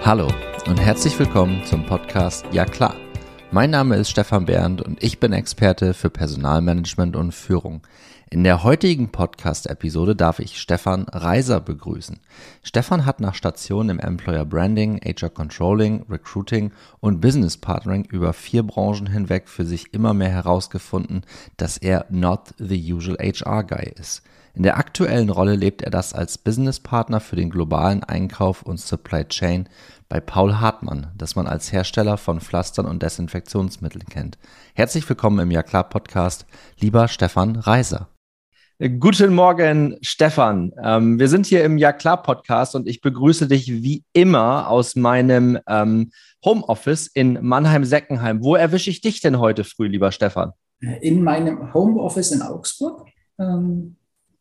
Hallo und herzlich willkommen zum Podcast Ja klar. Mein Name ist Stefan Bernd und ich bin Experte für Personalmanagement und Führung. In der heutigen Podcast-Episode darf ich Stefan Reiser begrüßen. Stefan hat nach Stationen im Employer Branding, HR Controlling, Recruiting und Business Partnering über 4 Branchen hinweg für sich immer mehr herausgefunden, dass er not the usual HR Guy ist. In der aktuellen Rolle lebt er das als Business Partner für den globalen Einkauf und Supply Chain bei Paul Hartmann, das man als Hersteller von Pflastern und Desinfektionsmitteln kennt. Herzlich willkommen im Ja klar Podcast, lieber Stefan Reiser. Guten Morgen, Stefan. Wir sind hier im Ja klar Podcast und ich begrüße dich wie immer aus meinem Homeoffice in Mannheim-Seckenheim. Wo erwische ich dich denn heute früh, lieber Stefan? In meinem Homeoffice in Augsburg. Habe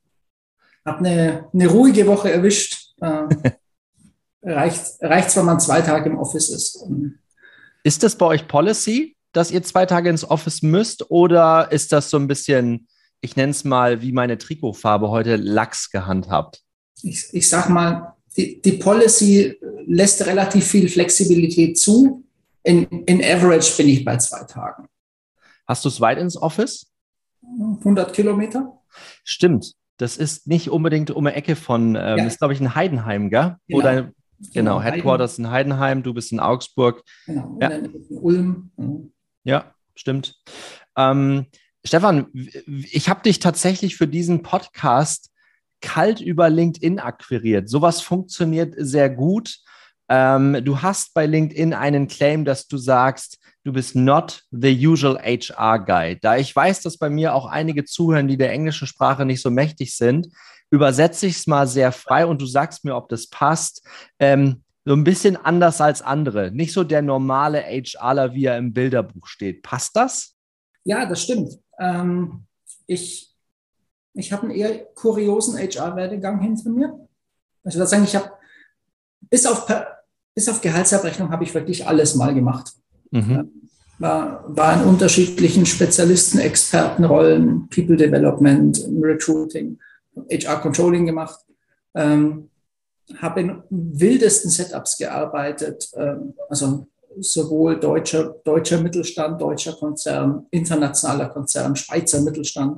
eine ruhige Woche erwischt. Reicht zwar, wenn man 2 Tage im Office ist. Ist das bei euch Policy, dass ihr 2 Tage ins Office müsst, oder ist das so ein bisschen, ich nenne es mal wie meine Trikotfarbe heute, lax gehandhabt? Ich sag mal, die Policy lässt relativ viel Flexibilität zu. In Average bin ich bei 2 Tagen. Hast du es weit ins Office? 100 Kilometer. Stimmt. Das ist nicht unbedingt um die Ecke von, ist glaube ich in Heidenheim, gell? Genau. Oder genau, Headquarters in Heidenheim, du bist in Augsburg. Genau, ja. In Ulm. Ja, stimmt. Stefan, ich habe dich tatsächlich für diesen Podcast kalt über LinkedIn akquiriert. Sowas funktioniert sehr gut. Du hast bei LinkedIn einen Claim, dass du sagst, du bist not the usual HR guy. Da ich weiß, dass bei mir auch einige zuhören, die der englischen Sprache nicht so mächtig sind, übersetze ich es mal sehr frei und du sagst mir, ob das passt. So ein bisschen anders als andere. Nicht so der normale HRler, wie er im Bilderbuch steht. Passt das? Ja, das stimmt. Ich habe einen eher kuriosen HR-Werdegang hinter mir. Also das sagen, ich habe bis auf Gehaltsabrechnung habe ich wirklich alles mal gemacht. War in unterschiedlichen Spezialisten, Expertenrollen, People Development, Recruiting, HR Controlling gemacht. Habe in wildesten Setups gearbeitet, also sowohl deutscher Mittelstand, deutscher Konzern, internationaler Konzern, Schweizer Mittelstand,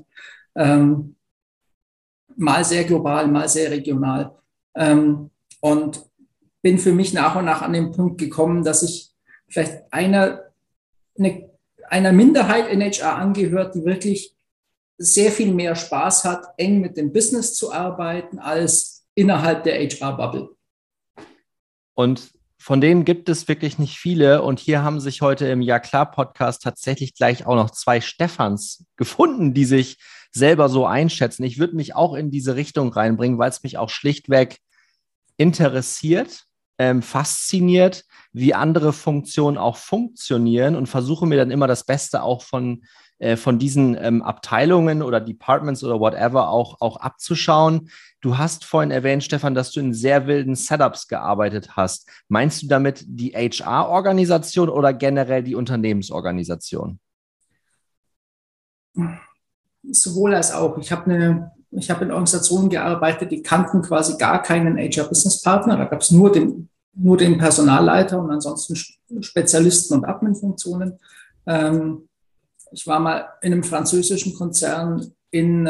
mal sehr global, mal sehr regional. Und bin für mich nach und nach an den Punkt gekommen, dass ich vielleicht einer Minderheit in HR angehört, die wirklich sehr viel mehr Spaß hat, eng mit dem Business zu arbeiten, als innerhalb der HR-Bubble. Und von denen gibt es wirklich nicht viele. Und hier haben sich heute im Ja klar Podcast tatsächlich gleich auch noch 2 Stefans gefunden, die sich selber so einschätzen. Ich würde mich auch in diese Richtung reinbringen, weil es mich auch schlichtweg interessiert, fasziniert, wie andere Funktionen auch funktionieren, und versuche mir dann immer das Beste auch von diesen Abteilungen oder Departments oder whatever auch abzuschauen. Du hast vorhin erwähnt, Stefan, dass du in sehr wilden Setups gearbeitet hast. Meinst du damit die HR-Organisation oder generell die Unternehmensorganisation? Sowohl als auch. Ich habe in Organisationen gearbeitet, die kannten quasi gar keinen HR-Business-Partner. Da gab es nur den Personalleiter und ansonsten Spezialisten und Admin-Funktionen. Ich war mal in einem französischen Konzern in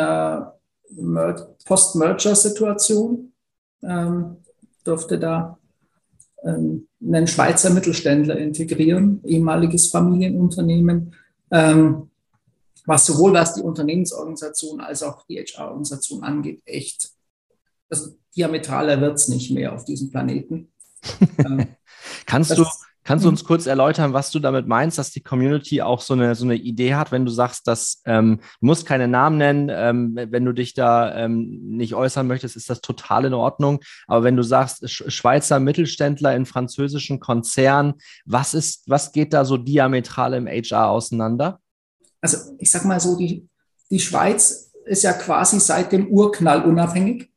Post-Merger-Situation, durfte da einen Schweizer Mittelständler integrieren, ehemaliges Familienunternehmen, was sowohl was die Unternehmensorganisation als auch die HR-Organisation angeht, echt, also diametraler wird es nicht mehr auf diesem Planeten. Kannst du uns kurz erläutern, was du damit meinst, dass die Community auch so eine Idee hat, wenn du sagst, dass du musst keine Namen nennen, wenn du dich da nicht äußern möchtest, ist das total in Ordnung. Aber wenn du sagst, Schweizer Mittelständler in französischen Konzernen, was geht da so diametral im HR auseinander? Also ich sag mal so, die Schweiz ist ja quasi seit dem Urknall unabhängig.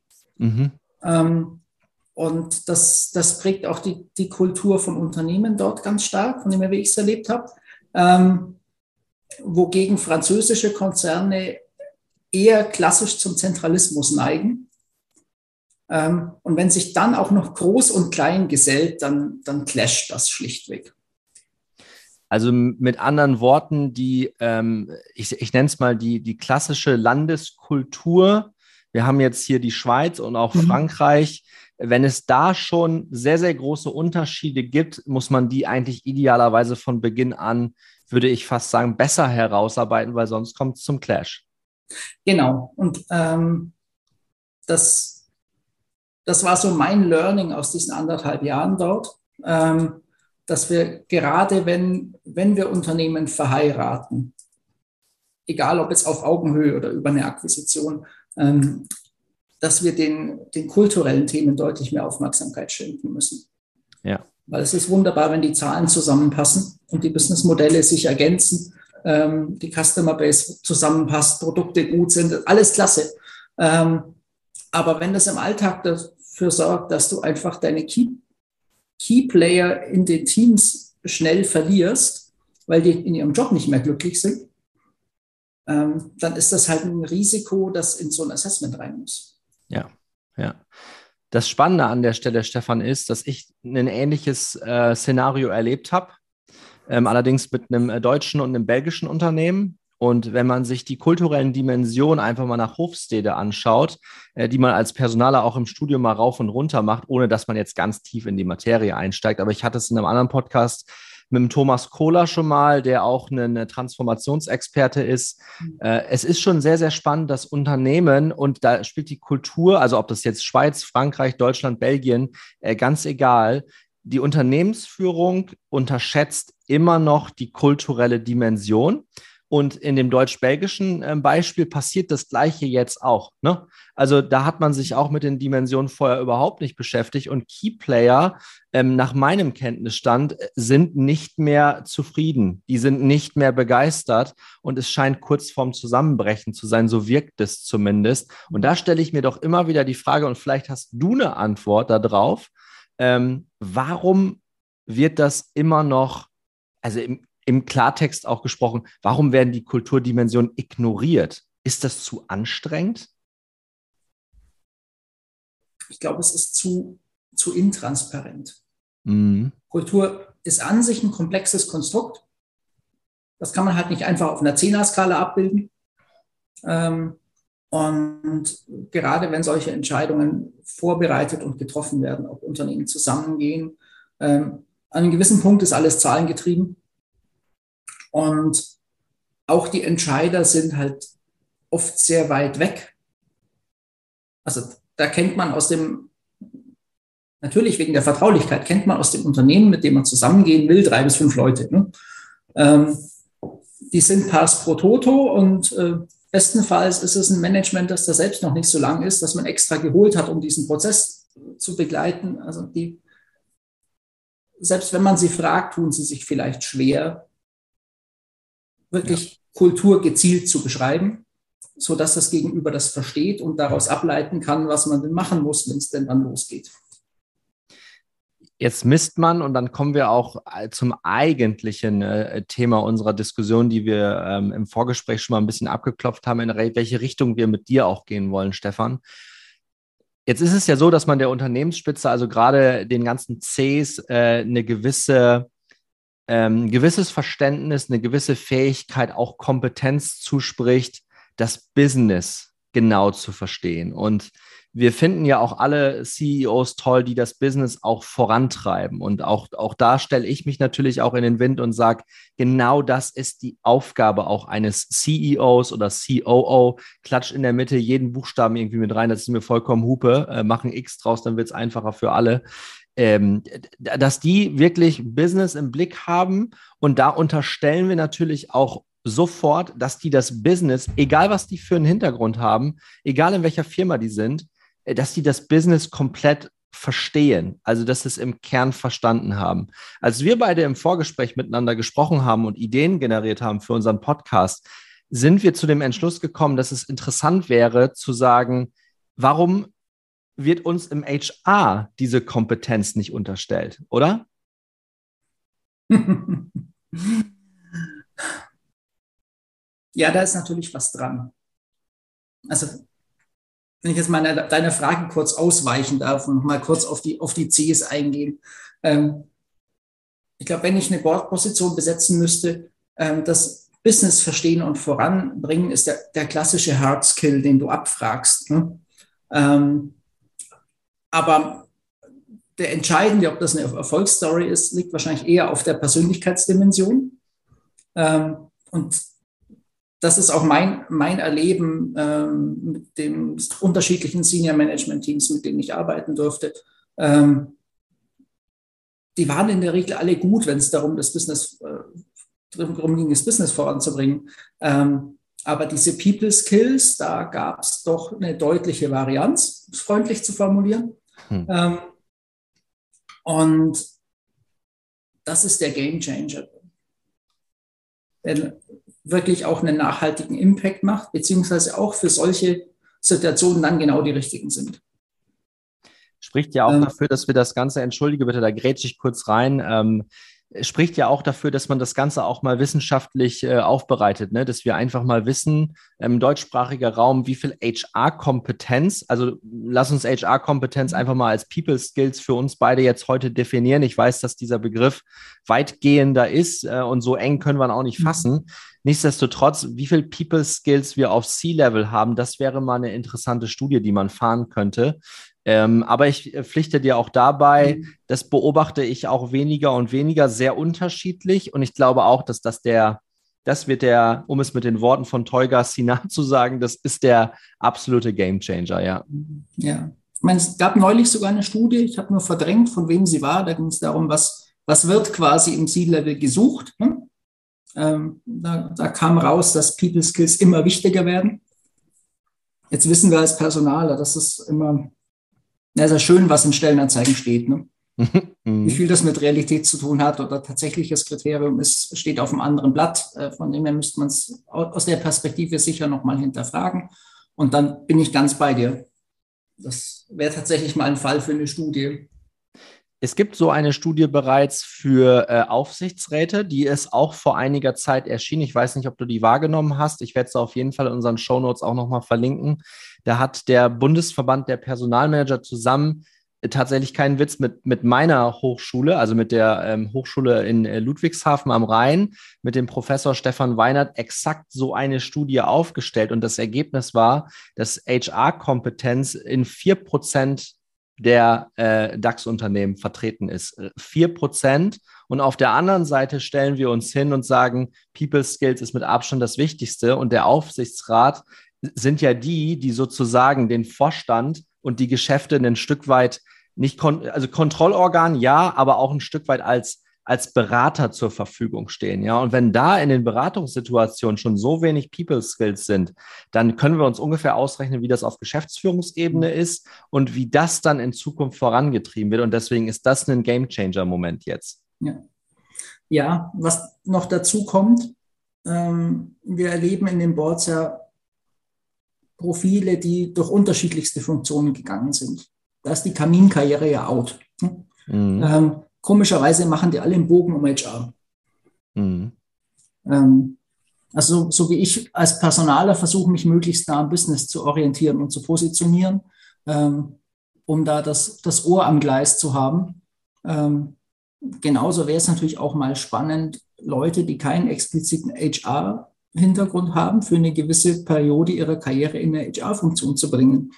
Und das prägt auch die Kultur von Unternehmen dort ganz stark, von dem her, wie ich es erlebt habe. Wogegen französische Konzerne eher klassisch zum Zentralismus neigen. Und wenn sich dann auch noch Groß und Klein gesellt, dann clasht das schlichtweg. Also mit anderen Worten, ich nenne es mal die klassische Landeskultur. Wir haben jetzt hier die Schweiz und auch Frankreich. Wenn es da schon sehr, sehr große Unterschiede gibt, muss man die eigentlich idealerweise von Beginn an, würde ich fast sagen, besser herausarbeiten, weil sonst kommt es zum Clash. Genau. Und das war so mein Learning aus diesen 1,5 Jahren dort, dass wir gerade, wenn wir Unternehmen verheiraten, egal ob jetzt auf Augenhöhe oder über eine Akquisition, dass wir den kulturellen Themen deutlich mehr Aufmerksamkeit schenken müssen. Ja. Weil es ist wunderbar, wenn die Zahlen zusammenpassen und die Businessmodelle sich ergänzen, die Customer Base zusammenpasst, Produkte gut sind, alles klasse. Aber wenn das im Alltag dafür sorgt, dass du einfach deine Key Player in den Teams schnell verlierst, weil die in ihrem Job nicht mehr glücklich sind, dann ist das halt ein Risiko, das in so ein Assessment rein muss. Ja, ja. Das Spannende an der Stelle, Stefan, ist, dass ich ein ähnliches Szenario erlebt habe, allerdings mit einem deutschen und einem belgischen Unternehmen. Und wenn man sich die kulturellen Dimensionen einfach mal nach Hofstede anschaut, die man als Personaler auch im Studium mal rauf und runter macht, ohne dass man jetzt ganz tief in die Materie einsteigt. Aber ich hatte es in einem anderen Podcast mit dem Thomas Kohler schon mal, der auch ein Transformationsexperte ist. Es ist schon sehr, sehr spannend, dass Unternehmen, und da spielt die Kultur, also ob das jetzt Schweiz, Frankreich, Deutschland, Belgien, ganz egal, die Unternehmensführung unterschätzt immer noch die kulturelle Dimension. Und in dem deutsch-belgischen Beispiel passiert das Gleiche jetzt auch. Ne? Also da hat man sich auch mit den Dimensionen vorher überhaupt nicht beschäftigt. Und Keyplayer, nach meinem Kenntnisstand, sind nicht mehr zufrieden. Die sind nicht mehr begeistert. Und es scheint kurz vorm Zusammenbrechen zu sein. So wirkt es zumindest. Und da stelle ich mir doch immer wieder die Frage, und vielleicht hast du eine Antwort darauf, warum wird das immer noch, also im Klartext auch gesprochen, warum werden die Kulturdimensionen ignoriert? Ist das zu anstrengend? Ich glaube, es ist zu intransparent. Mhm. Kultur ist an sich ein komplexes Konstrukt. Das kann man halt nicht einfach auf einer 10er-Skala abbilden. Und gerade wenn solche Entscheidungen vorbereitet und getroffen werden, ob Unternehmen zusammengehen, an einem gewissen Punkt ist alles zahlengetrieben. Und auch die Entscheider sind halt oft sehr weit weg. Also da kennt man natürlich wegen der Vertraulichkeit, kennt man aus dem Unternehmen, mit dem man zusammengehen will, 3 bis 5 Leute. Ne? Die sind pars pro toto und bestenfalls ist es ein Management, das da selbst noch nicht so lang ist, das man extra geholt hat, um diesen Prozess zu begleiten. Also selbst wenn man sie fragt, tun sie sich vielleicht schwer, wirklich Kultur gezielt zu beschreiben, sodass das Gegenüber das versteht und daraus ableiten kann, was man denn machen muss, wenn es denn dann losgeht. Jetzt misst man, und dann kommen wir auch zum eigentlichen Thema unserer Diskussion, die wir im Vorgespräch schon mal ein bisschen abgeklopft haben, in welche Richtung wir mit dir auch gehen wollen, Stefan. Jetzt ist es ja so, dass man der Unternehmensspitze, also gerade den ganzen Cs, gewisses Verständnis, eine gewisse Fähigkeit, auch Kompetenz zuspricht, das Business genau zu verstehen. Und wir finden ja auch alle CEOs toll, die das Business auch vorantreiben. Und auch da stelle ich mich natürlich auch in den Wind und sage, genau das ist die Aufgabe auch eines CEOs oder COO. Klatsch in der Mitte jeden Buchstaben irgendwie mit rein, das ist mir vollkommen Hupe. Machen X draus, dann wird es einfacher für alle. Dass die wirklich Business im Blick haben, und da unterstellen wir natürlich auch sofort, dass die das Business, egal was die für einen Hintergrund haben, egal in welcher Firma die sind, dass die das Business komplett verstehen, also dass sie es im Kern verstanden haben. Als wir beide im Vorgespräch miteinander gesprochen haben und Ideen generiert haben für unseren Podcast, sind wir zu dem Entschluss gekommen, dass es interessant wäre zu sagen, warum wird uns im HR diese Kompetenz nicht unterstellt, oder? Ja, da ist natürlich was dran. Also wenn ich jetzt mal deiner Frage kurz ausweichen darf und mal kurz auf die Cs eingehen. Ich glaube, wenn ich eine Board-Position besetzen müsste, das Business verstehen und voranbringen ist der klassische Hard Skill, den du abfragst. Ne? Aber der entscheidende, ob das eine Erfolgsstory ist, liegt wahrscheinlich eher auf der Persönlichkeitsdimension. Und das ist auch mein Erleben mit den unterschiedlichen Senior-Management-Teams, mit denen ich arbeiten durfte. Die waren in der Regel alle gut, wenn es darum ging, das Business voranzubringen. Aber diese People Skills, da gab es doch eine deutliche Varianz, um es freundlich zu formulieren. Und das ist der Game Changer, der wirklich auch einen nachhaltigen Impact macht, beziehungsweise auch für solche Situationen dann genau die richtigen sind. Spricht ja auch dafür, dass wir das Ganze, entschuldige bitte, da grätsche ich kurz rein, spricht ja auch dafür, dass man das Ganze auch mal wissenschaftlich aufbereitet, ne? Dass wir einfach mal wissen, im deutschsprachigen Raum, wie viel HR-Kompetenz, also lass uns HR-Kompetenz einfach mal als People-Skills für uns beide jetzt heute definieren. Ich weiß, dass dieser Begriff weitgehender ist und so eng können wir ihn auch nicht fassen. Nichtsdestotrotz, wie viel People-Skills wir auf C-Level haben, das wäre mal eine interessante Studie, die man fahren könnte. Aber ich pflichte dir auch dabei, das beobachte ich auch weniger und weniger, sehr unterschiedlich. Und ich glaube auch, dass das wird der, um es mit den Worten von Tolga Sinan zu sagen, das ist der absolute Gamechanger, ja. Ja, ich meine, es gab neulich sogar eine Studie, ich habe nur verdrängt, von wem sie war. Da ging es darum, was wird quasi im C-Level gesucht. Ne? Da kam raus, dass People Skills immer wichtiger werden. Jetzt wissen wir als Personaler, dass es immer sehr schön, was in Stellenanzeigen steht. Ne? Wie viel das mit Realität zu tun hat oder tatsächliches Kriterium ist, steht auf einem anderen Blatt. Von dem her müsste man es aus der Perspektive sicher nochmal hinterfragen. Und dann bin ich ganz bei dir. Das wäre tatsächlich mal ein Fall für eine Studie. Es gibt so eine Studie bereits für Aufsichtsräte, die ist auch vor einiger Zeit erschienen. Ich weiß nicht, ob du die wahrgenommen hast. Ich werde es auf jeden Fall in unseren Shownotes auch nochmal verlinken. Da hat der Bundesverband der Personalmanager zusammen, tatsächlich keinen Witz, mit meiner Hochschule, also mit der Hochschule in Ludwigshafen am Rhein, mit dem Professor Stefan Weinert exakt so eine Studie aufgestellt. Und das Ergebnis war, dass HR-Kompetenz in 4% der DAX-Unternehmen vertreten ist. 4%. Und auf der anderen Seite stellen wir uns hin und sagen, People Skills ist mit Abstand das Wichtigste. Und der Aufsichtsrat sind ja die sozusagen den Vorstand und die Geschäfte ein Stück weit also Kontrollorgan, ja, aber auch ein Stück weit als Berater zur Verfügung stehen. Ja, und wenn da in den Beratungssituationen schon so wenig People Skills sind, dann können wir uns ungefähr ausrechnen, wie das auf Geschäftsführungsebene ist und wie das dann in Zukunft vorangetrieben wird. Und deswegen ist das ein Gamechanger-Moment jetzt. Ja, was noch dazu kommt, wir erleben in den Boards ja Profile, die durch unterschiedlichste Funktionen gegangen sind. Da ist die Kaminkarriere ja out. Komischerweise machen die alle einen Bogen um HR. Also so wie ich als Personaler versuche, mich möglichst nah am Business zu orientieren und zu positionieren, um da das Ohr am Gleis zu haben. Genauso wäre es natürlich auch mal spannend, Leute, die keinen expliziten HR-Hintergrund haben, für eine gewisse Periode ihrer Karriere in eine HR-Funktion zu bringen.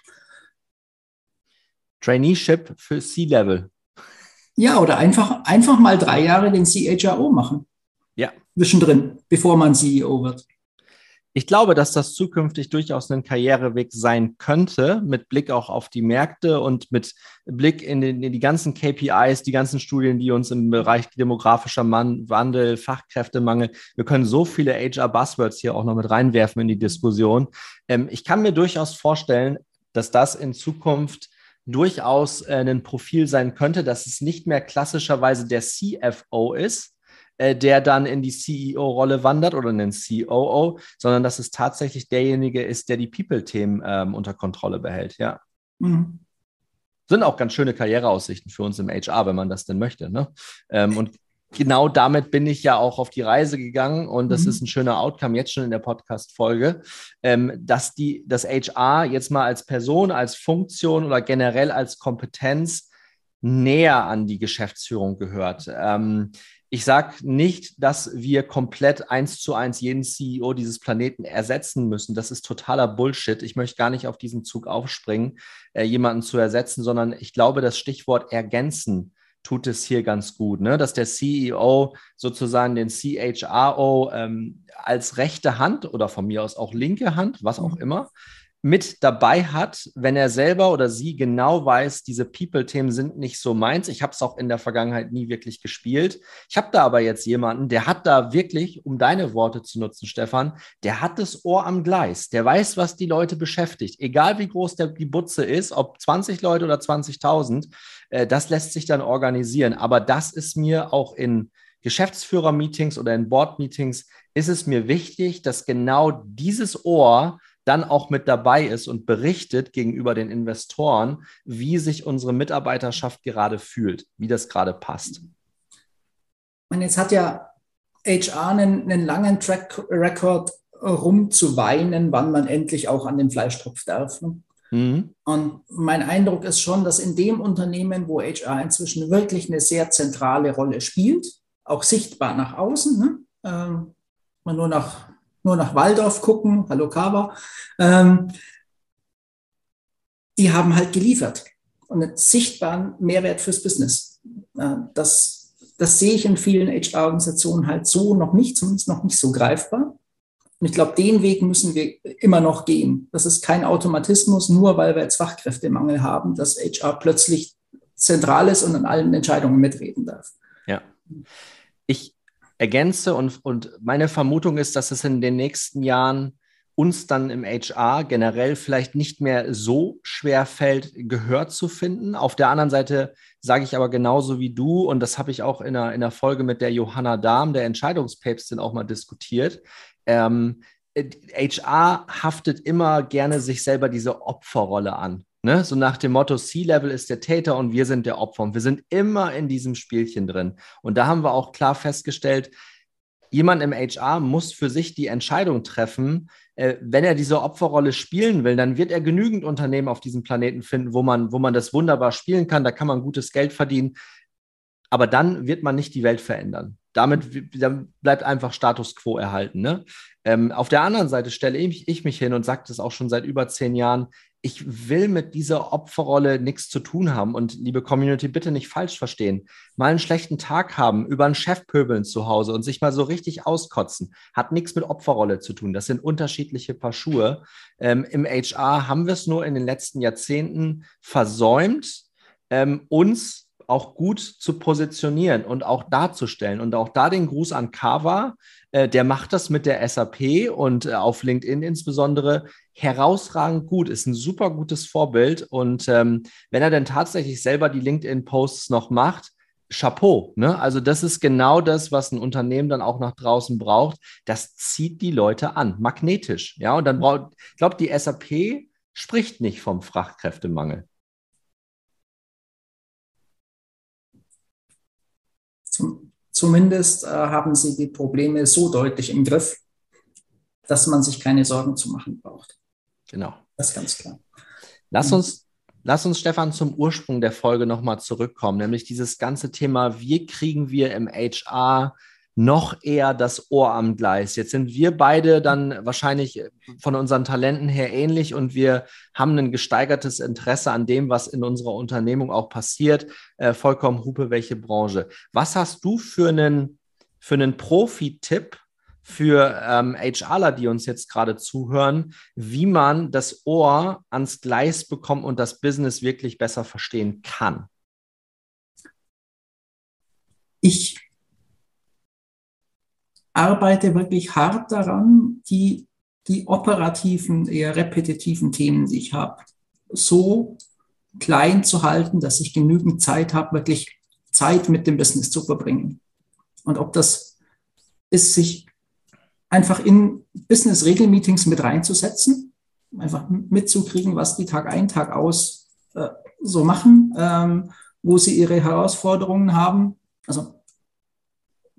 Traineeship für C-Level. Ja, oder einfach mal 3 Jahre den CHRO machen. Ja. Zwischendrin, bevor man CEO wird. Ich glaube, dass das zukünftig durchaus ein Karriereweg sein könnte, mit Blick auch auf die Märkte und mit Blick in die ganzen KPIs, die ganzen Studien, die uns im Bereich demografischer Wandel, Fachkräftemangel, wir können so viele HR-Buzzwords hier auch noch mit reinwerfen in die Diskussion. Ich kann mir durchaus vorstellen, dass das in Zukunft durchaus ein Profil sein könnte, dass es nicht mehr klassischerweise der CFO ist, der dann in die CEO-Rolle wandert oder einen COO, sondern dass es tatsächlich derjenige ist, der die People-Themen unter Kontrolle behält, ja. Sind auch ganz schöne Karriereaussichten für uns im HR, wenn man das denn möchte, ne? Und genau damit bin ich ja auch auf die Reise gegangen und das ist ein schöner Outcome jetzt schon in der Podcast-Folge, dass das HR jetzt mal als Person, als Funktion oder generell als Kompetenz näher an die Geschäftsführung gehört. Ich sage nicht, dass wir komplett 1:1 jeden CEO dieses Planeten ersetzen müssen. Das ist totaler Bullshit. Ich möchte gar nicht auf diesen Zug aufspringen, jemanden zu ersetzen, sondern ich glaube, das Stichwort ergänzen tut es hier ganz gut, ne? Dass der CEO sozusagen den CHRO als rechte Hand oder von mir aus auch linke Hand, was auch immer, mit dabei hat, wenn er selber oder sie genau weiß, diese People-Themen sind nicht so meins. Ich habe es auch in der Vergangenheit nie wirklich gespielt. Ich habe da aber jetzt jemanden, der hat da wirklich, um deine Worte zu nutzen, Stefan, der hat das Ohr am Gleis. Der weiß, was die Leute beschäftigt. Egal wie groß die Butze ist, ob 20 Leute oder 20.000, das lässt sich dann organisieren. Aber das ist mir auch in Geschäftsführer-Meetings oder in Board-Meetings, ist es mir wichtig, dass genau dieses Ohr dann auch mit dabei ist und berichtet gegenüber den Investoren, wie sich unsere Mitarbeiterschaft gerade fühlt, wie das gerade passt. Und jetzt hat ja HR einen langen Track Record rumzuweinen, wann man endlich auch an den Fleischtopf darf. Ne? Und mein Eindruck ist schon, dass in dem Unternehmen, wo HR inzwischen wirklich eine sehr zentrale Rolle spielt, auch sichtbar nach außen, ne? Man nur nach Waldorf gucken, hallo Kava, die haben halt geliefert und einen sichtbaren Mehrwert fürs Business. Das sehe ich in vielen HR-Organisationen halt so noch nicht, zumindest noch nicht so greifbar. Und ich glaube, den Weg müssen wir immer noch gehen. Das ist kein Automatismus, nur weil wir jetzt Fachkräftemangel haben, dass HR plötzlich zentral ist und an allen Entscheidungen mitreden darf. Ja, ich ergänze und meine Vermutung ist, dass es in den nächsten Jahren uns dann im HR generell vielleicht nicht mehr so schwer fällt, Gehör zu finden. Auf der anderen Seite sage ich aber genauso wie du, und das habe ich auch in einer Folge mit der Johanna Dahm, der Entscheidungspäpstin, auch mal diskutiert. HR haftet immer gerne sich selber diese Opferrolle an. Ne? So nach dem Motto, C-Level ist der Täter und wir sind der Opfer. Und wir sind immer in diesem Spielchen drin. Und da haben wir auch klar festgestellt, jemand im HR muss für sich die Entscheidung treffen, wenn er diese Opferrolle spielen will, dann wird er genügend Unternehmen auf diesem Planeten finden, wo man das wunderbar spielen kann, da kann man gutes Geld verdienen, aber dann wird man nicht die Welt verändern. Damit bleibt einfach Status quo erhalten. Ne? Auf der anderen Seite stelle ich mich hin und sage das auch schon seit über 10 Jahren, ich will mit dieser Opferrolle nichts zu tun haben. Und liebe Community, bitte nicht falsch verstehen. Mal einen schlechten Tag haben, über einen Chef pöbeln zu Hause und sich mal so richtig auskotzen, hat nichts mit Opferrolle zu tun. Das sind unterschiedliche Paar Schuhe. Im HR haben wir es nur in den letzten Jahrzehnten versäumt, uns auch gut zu positionieren und auch darzustellen. Und auch da den Gruß an Kava, der macht das mit der SAP und auf LinkedIn insbesondere herausragend gut, ist ein super gutes Vorbild. Und wenn er denn tatsächlich selber die LinkedIn-Posts noch macht, Chapeau. Ne? Also das ist genau das, was ein Unternehmen dann auch nach draußen braucht. Das zieht die Leute an, magnetisch. Ja, und dann ich glaube, die SAP spricht nicht vom Fachkräftemangel. Zumindest haben sie die Probleme so deutlich im Griff, dass man sich keine Sorgen zu machen braucht. Genau. Das ist ganz klar. Lass uns, Stefan, zum Ursprung der Folge nochmal zurückkommen, nämlich dieses ganze Thema, wie kriegen wir im HR noch eher das Ohr am Gleis. Jetzt sind wir beide dann wahrscheinlich von unseren Talenten her ähnlich und wir haben ein gesteigertes Interesse an dem, was in unserer Unternehmung auch passiert. Vollkommen Hupe, welche Branche. Was hast du für einen Profi-Tipp für HRler, die uns jetzt gerade zuhören, wie man das Ohr ans Gleis bekommt und das Business wirklich besser verstehen kann? Ich arbeite wirklich hart daran, die operativen, eher repetitiven Themen, die ich habe, so klein zu halten, dass ich genügend Zeit habe, wirklich Zeit mit dem Business zu verbringen. Und ob das ist, sich einfach in Business-Regelmeetings mit reinzusetzen, einfach mitzukriegen, was die Tag ein, Tag aus so machen, wo sie ihre Herausforderungen haben. Also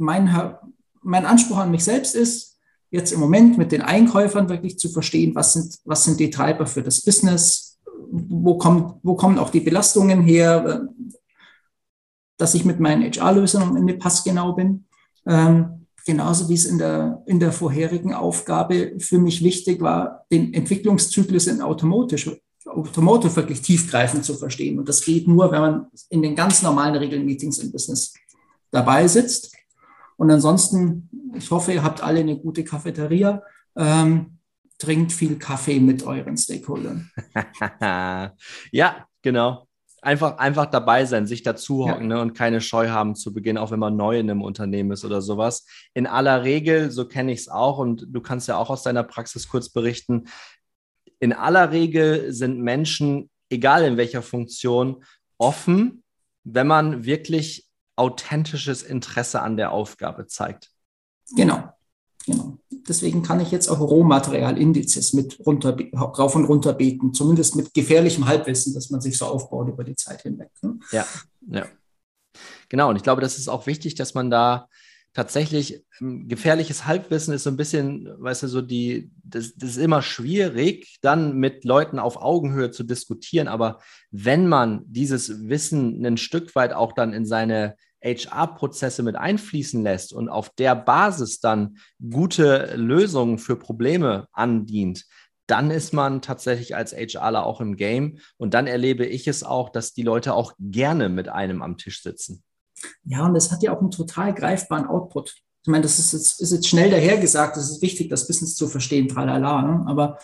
mein Anspruch an mich selbst ist, jetzt im Moment mit den Einkäufern wirklich zu verstehen, was sind die Treiber für das Business, wo kommen auch die Belastungen her, dass ich mit meinen HR-Lösungen am Ende passgenau bin. Genauso wie es in der vorherigen Aufgabe für mich wichtig war, den Entwicklungszyklus in Automotive wirklich tiefgreifend zu verstehen. Und das geht nur, wenn man in den ganz normalen Regelmeetings im Business dabei sitzt. Und ansonsten, ich hoffe, ihr habt alle eine gute Cafeteria. Trinkt viel Kaffee mit euren Stakeholdern. Ja, genau. Einfach dabei sein, sich dazu hocken, ne, und keine Scheu haben zu Beginn, auch wenn man neu in einem Unternehmen ist oder sowas. In aller Regel, so kenne ich es auch, und du kannst ja auch aus deiner Praxis kurz berichten, in aller Regel sind Menschen, egal in welcher Funktion, offen, wenn man wirklich authentisches Interesse an der Aufgabe zeigt. Genau. Deswegen kann ich jetzt auch Rohmaterialindizes mit rauf und runter beten, zumindest mit gefährlichem Halbwissen, dass man sich so aufbaut über die Zeit hinweg. Ne? Ja. Genau, und ich glaube, das ist auch wichtig, dass man da tatsächlich, gefährliches Halbwissen ist so ein bisschen, weißt du, das ist immer schwierig, dann mit Leuten auf Augenhöhe zu diskutieren, aber wenn man dieses Wissen ein Stück weit auch dann in seine HR-Prozesse mit einfließen lässt und auf der Basis dann gute Lösungen für Probleme andient, dann ist man tatsächlich als HRler auch im Game, und dann erlebe ich es auch, dass die Leute auch gerne mit einem am Tisch sitzen. Ja, und das hat ja auch einen total greifbaren Output. Ich meine, das ist jetzt schnell dahergesagt, es ist wichtig, das Business zu verstehen, tralala, ne? Aber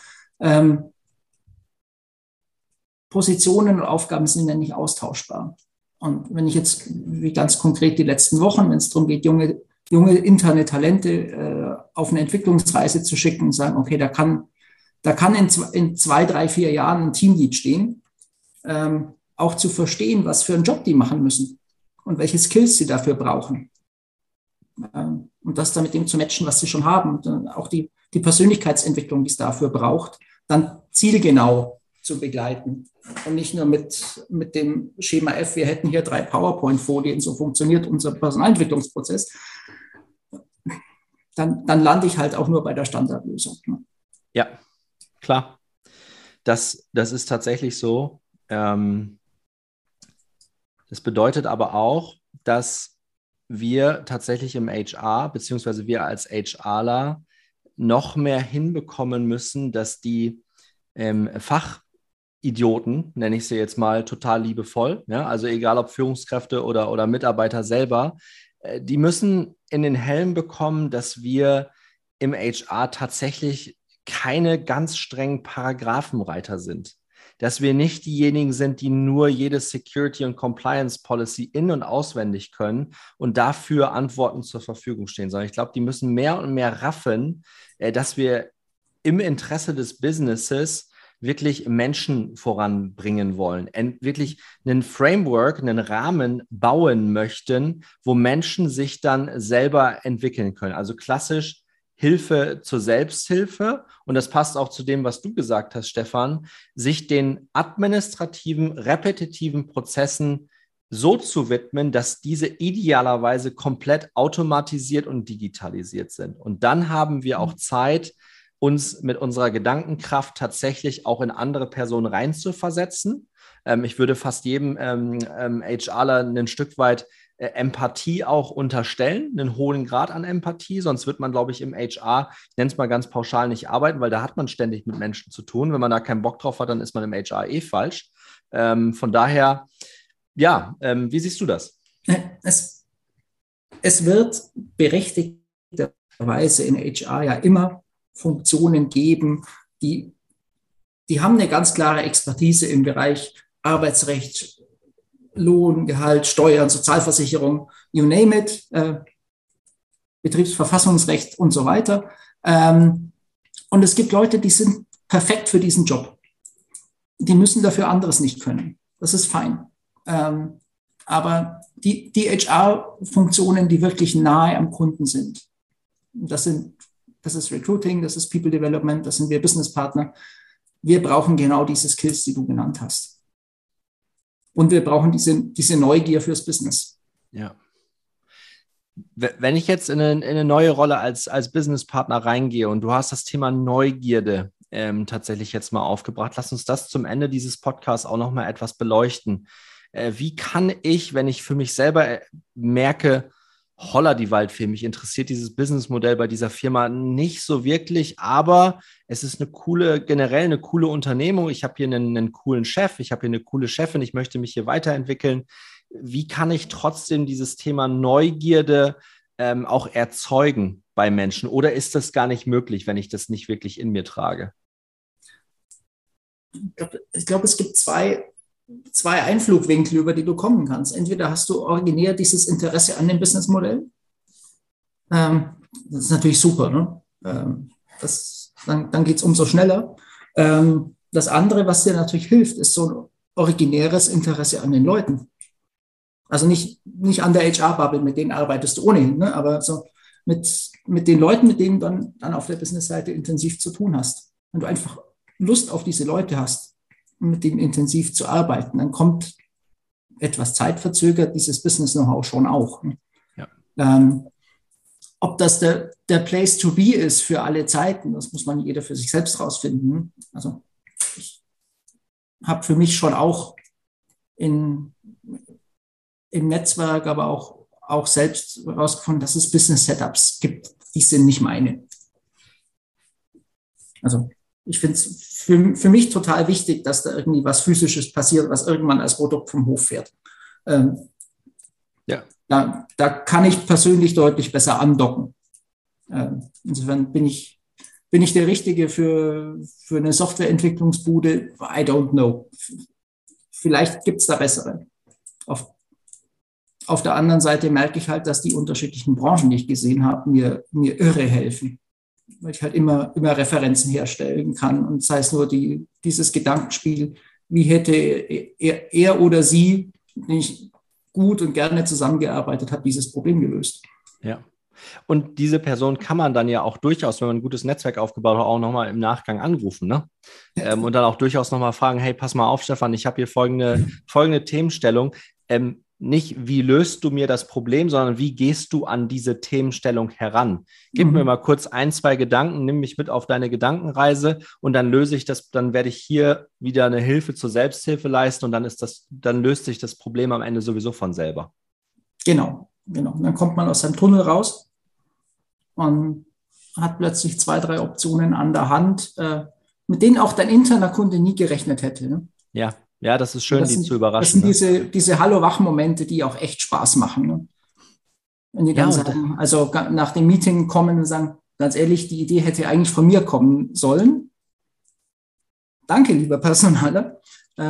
Positionen und Aufgaben sind ja nicht austauschbar. Und wenn ich jetzt, wie ganz konkret die letzten Wochen, wenn es darum geht, junge interne Talente auf eine Entwicklungsreise zu schicken und sagen, okay, da kann in 2, 3, 4 Jahren ein Teamlead stehen, auch zu verstehen, was für einen Job die machen müssen und welche Skills sie dafür brauchen. Und das dann mit dem zu matchen, was sie schon haben. Und auch die Persönlichkeitsentwicklung, die es dafür braucht, dann zielgenau zu begleiten. Und nicht nur mit dem Schema F, wir hätten hier 3 PowerPoint-Folien, so funktioniert unser Personalentwicklungsprozess. Dann lande ich halt auch nur bei der Standardlösung. Ne? Ja, klar. Das ist tatsächlich so. Das bedeutet aber auch, dass wir tatsächlich im HR, beziehungsweise wir als HRler, noch mehr hinbekommen müssen, dass die Fachidioten, nenne ich sie jetzt mal total liebevoll, ja, also egal ob Führungskräfte oder Mitarbeiter selber, die müssen in den Helm bekommen, dass wir im HR tatsächlich keine ganz strengen Paragraphenreiter sind. Dass wir nicht diejenigen sind, die nur jede Security- und Compliance-Policy in- und auswendig können und dafür Antworten zur Verfügung stehen, sondern ich glaube, die müssen mehr und mehr raffen, dass wir im Interesse des Businesses wirklich Menschen voranbringen wollen, wirklich einen Framework, einen Rahmen bauen möchten, wo Menschen sich dann selber entwickeln können. Also klassisch Hilfe zur Selbsthilfe, und das passt auch zu dem, was du gesagt hast, Stefan, sich den administrativen, repetitiven Prozessen so zu widmen, dass diese idealerweise komplett automatisiert und digitalisiert sind. Und dann haben wir auch Zeit, uns mit unserer Gedankenkraft tatsächlich auch in andere Personen reinzuversetzen. Ich würde fast jedem HRler ein Stück weit Empathie auch unterstellen, einen hohen Grad an Empathie, sonst wird man, glaube ich, im HR, ich nenne es mal ganz pauschal, nicht arbeiten, weil da hat man ständig mit Menschen zu tun. Wenn man da keinen Bock drauf hat, dann ist man im HR falsch. Von daher, ja, wie siehst du das? Es wird berechtigterweise in HR ja immer Funktionen geben, die haben eine ganz klare Expertise im Bereich Arbeitsrecht, Lohn, Gehalt, Steuern, Sozialversicherung, you name it, Betriebsverfassungsrecht und so weiter. Und es gibt Leute, die sind perfekt für diesen Job. Die müssen dafür anderes nicht können. Das ist fein. Aber die HR-Funktionen, die wirklich nahe am Kunden sind, das ist Recruiting, das ist People Development, das sind wir Businesspartner. Wir brauchen genau diese Skills, die du genannt hast. Und wir brauchen diese Neugier fürs Business. Ja. Wenn ich jetzt in eine neue Rolle als Businesspartner reingehe und du hast das Thema Neugierde tatsächlich jetzt mal aufgebracht, lass uns das zum Ende dieses Podcasts auch noch mal etwas beleuchten. Wie kann ich, wenn ich für mich selber merke, holla die Waldfee, mich interessiert dieses Businessmodell bei dieser Firma nicht so wirklich, aber es ist generell eine coole Unternehmung. Ich habe hier einen coolen Chef, ich habe hier eine coole Chefin, ich möchte mich hier weiterentwickeln. Wie kann ich trotzdem dieses Thema Neugierde auch erzeugen bei Menschen? Oder ist das gar nicht möglich, wenn ich das nicht wirklich in mir trage? Ich glaube, es gibt zwei Einflugwinkel, über die du kommen kannst. Entweder hast du originär dieses Interesse an dem Businessmodell. Das ist natürlich super. Ne? Dann geht es umso schneller. Das andere, was dir natürlich hilft, ist so ein originäres Interesse an den Leuten. Also nicht an der HR-Bubble, mit denen arbeitest du ohnehin, ne? Aber so mit den Leuten, mit denen du dann auf der Business-Seite intensiv zu tun hast. Wenn du einfach Lust auf diese Leute hast, mit denen intensiv zu arbeiten, dann kommt etwas zeitverzögert dieses Business-Know-how schon auch. Ne? Ja. Ob das der Place to be ist für alle Zeiten, das muss man jeder für sich selbst rausfinden. Ne? Also ich habe für mich schon auch im Netzwerk, aber auch selbst herausgefunden, dass es Business-Setups gibt, die sind nicht meine. Also ich finde es für mich total wichtig, dass da irgendwie was Physisches passiert, was irgendwann als Produkt vom Hof fährt. Ja. Da kann ich persönlich deutlich besser andocken. Insofern bin ich der Richtige für eine Softwareentwicklungsbude? I don't know. Vielleicht gibt es da bessere. Auf der anderen Seite merke ich halt, dass die unterschiedlichen Branchen, die ich gesehen habe, mir irre helfen. Weil ich halt immer Referenzen herstellen kann und sei es nur dieses Gedankenspiel, wie hätte er oder sie, den ich gut und gerne zusammengearbeitet habe, dieses Problem gelöst. Ja. Und diese Person kann man dann ja auch durchaus, wenn man ein gutes Netzwerk aufgebaut hat, auch nochmal im Nachgang anrufen, ne? Und dann auch durchaus nochmal fragen, hey, pass mal auf, Stefan, ich habe hier folgende Themenstellung. Nicht, wie löst du mir das Problem, sondern wie gehst du an diese Themenstellung heran? Gib mir mal kurz 1, 2 Gedanken, nimm mich mit auf deine Gedankenreise und dann löse ich das, dann werde ich hier wieder eine Hilfe zur Selbsthilfe leisten und dann löst sich das Problem am Ende sowieso von selber. Genau. Und dann kommt man aus seinem Tunnel raus und hat plötzlich 2, 3 Optionen an der Hand, mit denen auch dein interner Kunde nie gerechnet hätte. Ne? Ja, das ist schön, die zu überraschen. Das sind diese Hallo-Wach-Momente, die auch echt Spaß machen. Ne? Wenn die dann sagen, also nach dem Meeting kommen und sagen, ganz ehrlich, die Idee hätte eigentlich von mir kommen sollen. Danke, lieber Personaler.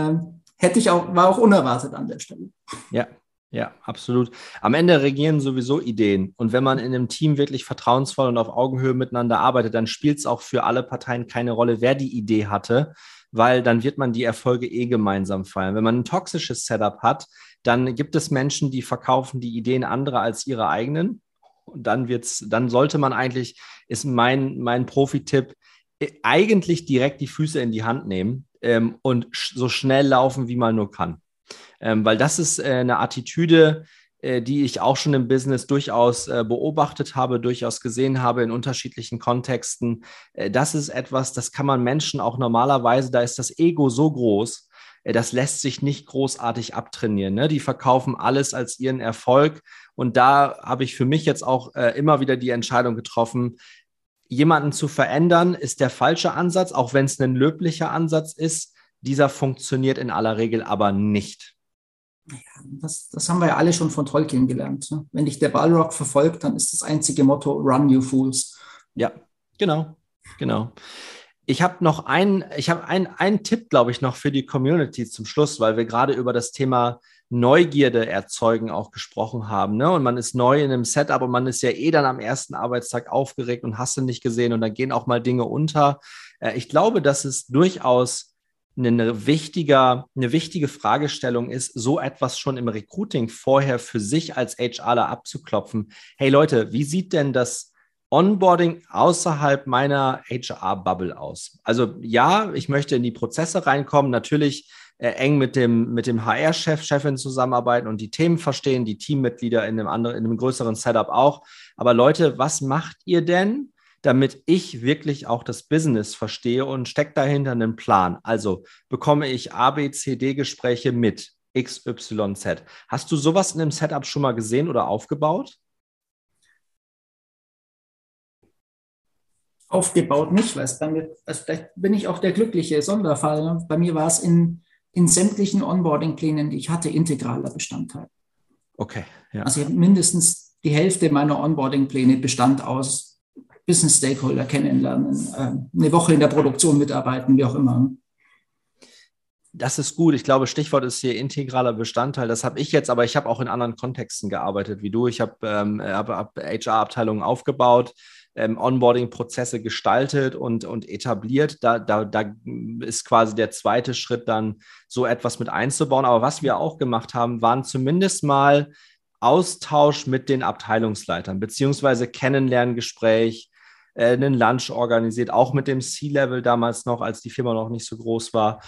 War auch unerwartet an der Stelle. Ja, absolut. Am Ende regieren sowieso Ideen. Und wenn man in einem Team wirklich vertrauensvoll und auf Augenhöhe miteinander arbeitet, dann spielt es auch für alle Parteien keine Rolle, wer die Idee hatte, weil dann wird man die Erfolge gemeinsam feiern. Wenn man ein toxisches Setup hat, dann gibt es Menschen, die verkaufen die Ideen anderer als ihre eigenen. Und dann sollte man eigentlich, ist mein Profi-Tipp, eigentlich direkt die Füße in die Hand nehmen und so schnell laufen, wie man nur kann. Weil das ist eine Attitüde, die ich auch schon im Business durchaus beobachtet habe, durchaus gesehen habe in unterschiedlichen Kontexten. Das ist etwas, das kann man Menschen auch normalerweise, da ist das Ego so groß, das lässt sich nicht großartig abtrainieren. Ne? Die verkaufen alles als ihren Erfolg. Und da habe ich für mich jetzt auch immer wieder die Entscheidung getroffen, jemanden zu verändern, ist der falsche Ansatz, auch wenn es ein löblicher Ansatz ist. Dieser funktioniert in aller Regel aber nicht. Ja, das haben wir ja alle schon von Tolkien gelernt. Ne? Wenn dich der Balrog verfolgt, dann ist das einzige Motto, run, you fools. Ja, genau. Ich habe noch einen Tipp, glaube ich, noch für die Community zum Schluss, weil wir gerade über das Thema Neugierde erzeugen auch gesprochen haben. Ne? Und man ist neu in einem Setup und man ist ja dann am ersten Arbeitstag aufgeregt und hast du nicht gesehen und dann gehen auch mal Dinge unter. Ich glaube, dass es durchaus eine wichtige Fragestellung ist, so etwas schon im Recruiting vorher für sich als HRler abzuklopfen. Hey Leute, wie sieht denn das Onboarding außerhalb meiner HR-Bubble aus? Also ja, ich möchte in die Prozesse reinkommen. Natürlich eng mit dem HR-Chef, Chefin zusammenarbeiten und die Themen verstehen, die Teammitglieder in einem größeren Setup auch. Aber Leute, was macht ihr denn, damit ich wirklich auch das Business verstehe und steckt dahinter einen Plan? Also bekomme ich A, B, C, D-Gespräche mit X, Y, Z. Hast du sowas in einem Setup schon mal gesehen oder aufgebaut? Aufgebaut nicht, weil es bei mir, also vielleicht bin ich auch der glückliche Sonderfall. Bei mir war es in sämtlichen Onboarding-Plänen, die ich hatte, integraler Bestandteil. Okay, ja. Also ich habe mindestens die Hälfte meiner Onboarding-Pläne bestand aus Business-Stakeholder kennenlernen, eine Woche in der Produktion mitarbeiten, wie auch immer. Das ist gut. Ich glaube, Stichwort ist hier integraler Bestandteil. Das habe ich jetzt, aber ich habe auch in anderen Kontexten gearbeitet wie du. Ich habe HR-Abteilungen aufgebaut, Onboarding-Prozesse gestaltet und etabliert. Da ist quasi der zweite Schritt dann, so etwas mit einzubauen. Aber was wir auch gemacht haben, waren zumindest mal Austausch mit den Abteilungsleitern, beziehungsweise Kennenlerngespräch, einen Lunch organisiert, auch mit dem C-Level damals noch, als die Firma noch nicht so groß war.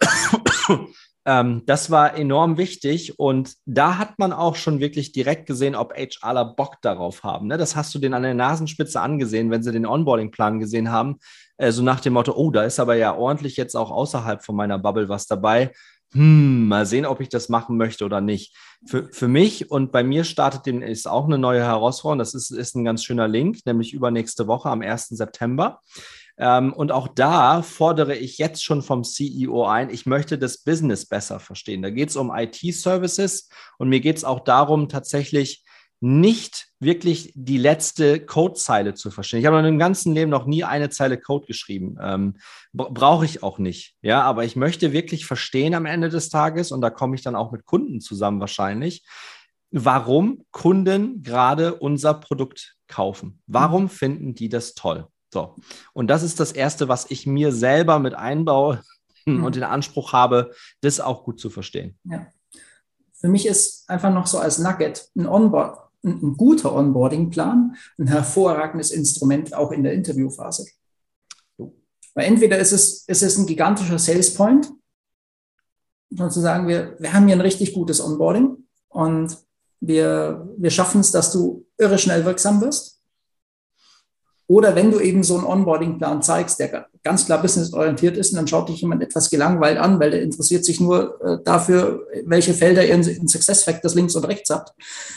Das war enorm wichtig und da hat man auch schon wirklich direkt gesehen, ob HRler Bock darauf haben. Ne? Das hast du denen an der Nasenspitze angesehen, wenn sie den Onboarding-Plan gesehen haben, so nach dem Motto, oh, da ist aber ja ordentlich jetzt auch außerhalb von meiner Bubble was dabei. Mal sehen, ob ich das machen möchte oder nicht. Für mich und bei mir ist auch eine neue Herausforderung. Das ist ein ganz schöner Link, nämlich übernächste Woche am 1. September. Und auch da fordere ich jetzt schon vom CEO ein, ich möchte das Business besser verstehen. Da geht es um IT-Services und mir geht es auch darum, tatsächlich nicht wirklich die letzte Codezeile zu verstehen. Ich habe in meinem ganzen Leben noch nie eine Zeile Code geschrieben. Brauche ich auch nicht. Ja, aber ich möchte wirklich verstehen am Ende des Tages, und da komme ich dann auch mit Kunden zusammen wahrscheinlich, warum Kunden gerade unser Produkt kaufen. Warum finden die das toll? So. Und das ist das Erste, was ich mir selber mit einbaue und den Anspruch habe, das auch gut zu verstehen. Ja. Für mich ist einfach noch so als Nugget ein guter Onboarding-Plan ein hervorragendes Instrument auch in der Interviewphase. Weil entweder ist es ein gigantischer Sales Point, sozusagen, wir haben hier ein richtig gutes Onboarding und wir schaffen es, dass du irre schnell wirksam wirst. Oder wenn du eben so einen Onboarding-Plan zeigst, der ganz klar businessorientiert ist, und dann schaut dich jemand etwas gelangweilt an, weil der interessiert sich nur dafür, welche Felder ihr in Success Factors links und rechts habt.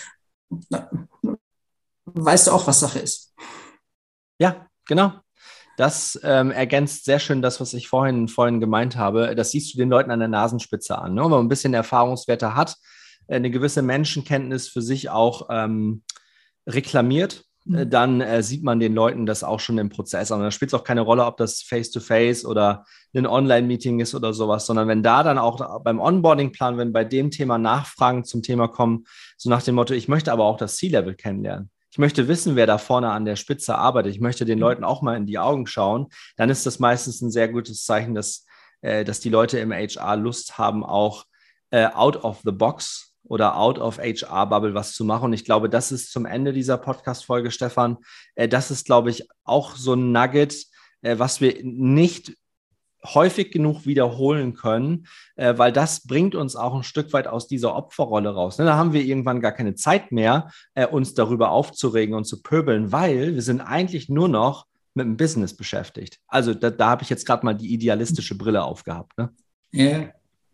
Weißt du auch, was Sache ist. Ja, genau. Das ergänzt sehr schön das, was ich vorhin gemeint habe. Das siehst du den Leuten an der Nasenspitze an. Ne? Wenn man ein bisschen Erfahrungswerte hat, eine gewisse Menschenkenntnis für sich auch reklamiert, dann sieht man den Leuten das auch schon im Prozess an. Und da spielt es auch keine Rolle, ob das Face-to-Face oder ein Online-Meeting ist oder sowas, sondern wenn da dann auch beim Onboarding-Plan, wenn bei dem Thema Nachfragen zum Thema kommen, so nach dem Motto, ich möchte aber auch das C-Level kennenlernen. Ich möchte wissen, wer da vorne an der Spitze arbeitet. Ich möchte den Leuten auch mal in die Augen schauen. Dann ist das meistens ein sehr gutes Zeichen, dass die Leute im HR Lust haben, auch out of the box oder out of HR-Bubble was zu machen. Und ich glaube, das ist zum Ende dieser Podcast-Folge, Stefan, das ist, glaube ich, auch so ein Nugget, was wir nicht häufig genug wiederholen können, weil das bringt uns auch ein Stück weit aus dieser Opferrolle raus. Da haben wir irgendwann gar keine Zeit mehr, uns darüber aufzuregen und zu pöbeln, weil wir sind eigentlich nur noch mit dem Business beschäftigt. Also da habe ich jetzt gerade mal die idealistische Brille aufgehabt. Ne? Ja.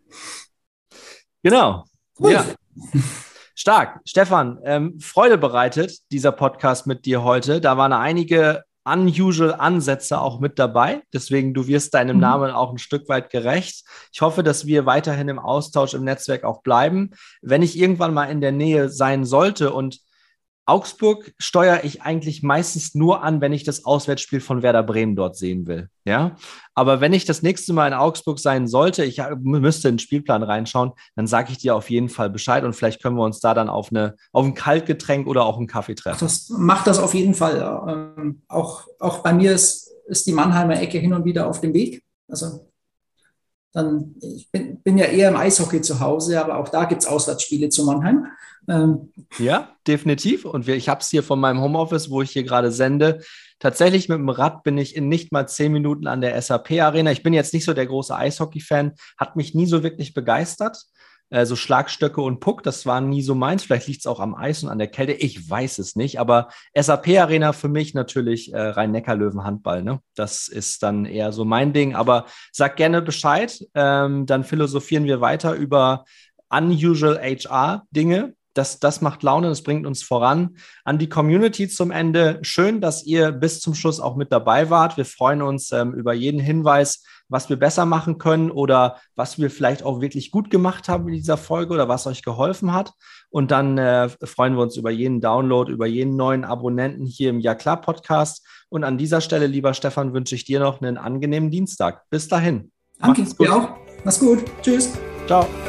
Genau. Cool. Ja. Stark. Stefan, Freude bereitet dieser Podcast mit dir heute. Da waren einige unusual Ansätze auch mit dabei. Deswegen, du wirst deinem Namen auch ein Stück weit gerecht. Ich hoffe, dass wir weiterhin im Austausch im Netzwerk auch bleiben. Wenn ich irgendwann mal in der Nähe sein sollte, und Augsburg steuere ich eigentlich meistens nur an, wenn ich das Auswärtsspiel von Werder Bremen dort sehen will. Ja, aber wenn ich das nächste Mal in Augsburg sein sollte, ich müsste in den Spielplan reinschauen, dann sage ich dir auf jeden Fall Bescheid und vielleicht können wir uns da dann auf ein Kaltgetränk oder auch einen Kaffee treffen. Macht das auf jeden Fall. Ja. Auch bei mir ist die Mannheimer Ecke hin und wieder auf dem Weg. Also ich bin ja eher im Eishockey zu Hause, aber auch da gibt es Auswärtsspiele zu Mannheim. Ja, definitiv. Und ich habe es hier von meinem Homeoffice, wo ich hier gerade sende. Tatsächlich mit dem Rad bin ich in nicht mal 10 Minuten an der SAP Arena. Ich bin jetzt nicht so der große Eishockey-Fan, hat mich nie so wirklich begeistert. So Schlagstöcke und Puck, das war nie so meins. Vielleicht liegt es auch am Eis und an der Kälte. Ich weiß es nicht. Aber SAP Arena für mich natürlich Rhein-Neckar-Löwen-Handball. Ne? Das ist dann eher so mein Ding. Aber sag gerne Bescheid. Dann philosophieren wir weiter über unusual HR-Dinge. Das macht Laune, das bringt uns voran. An die Community zum Ende. Schön, dass ihr bis zum Schluss auch mit dabei wart. Wir freuen uns über jeden Hinweis, was wir besser machen können oder was wir vielleicht auch wirklich gut gemacht haben in dieser Folge oder was euch geholfen hat. Und dann freuen wir uns über jeden Download, über jeden neuen Abonnenten hier im Ja klar Podcast. Und an dieser Stelle, lieber Stefan, wünsche ich dir noch einen angenehmen Dienstag. Bis dahin. Danke, dir auch. Mach's gut. Tschüss. Ciao.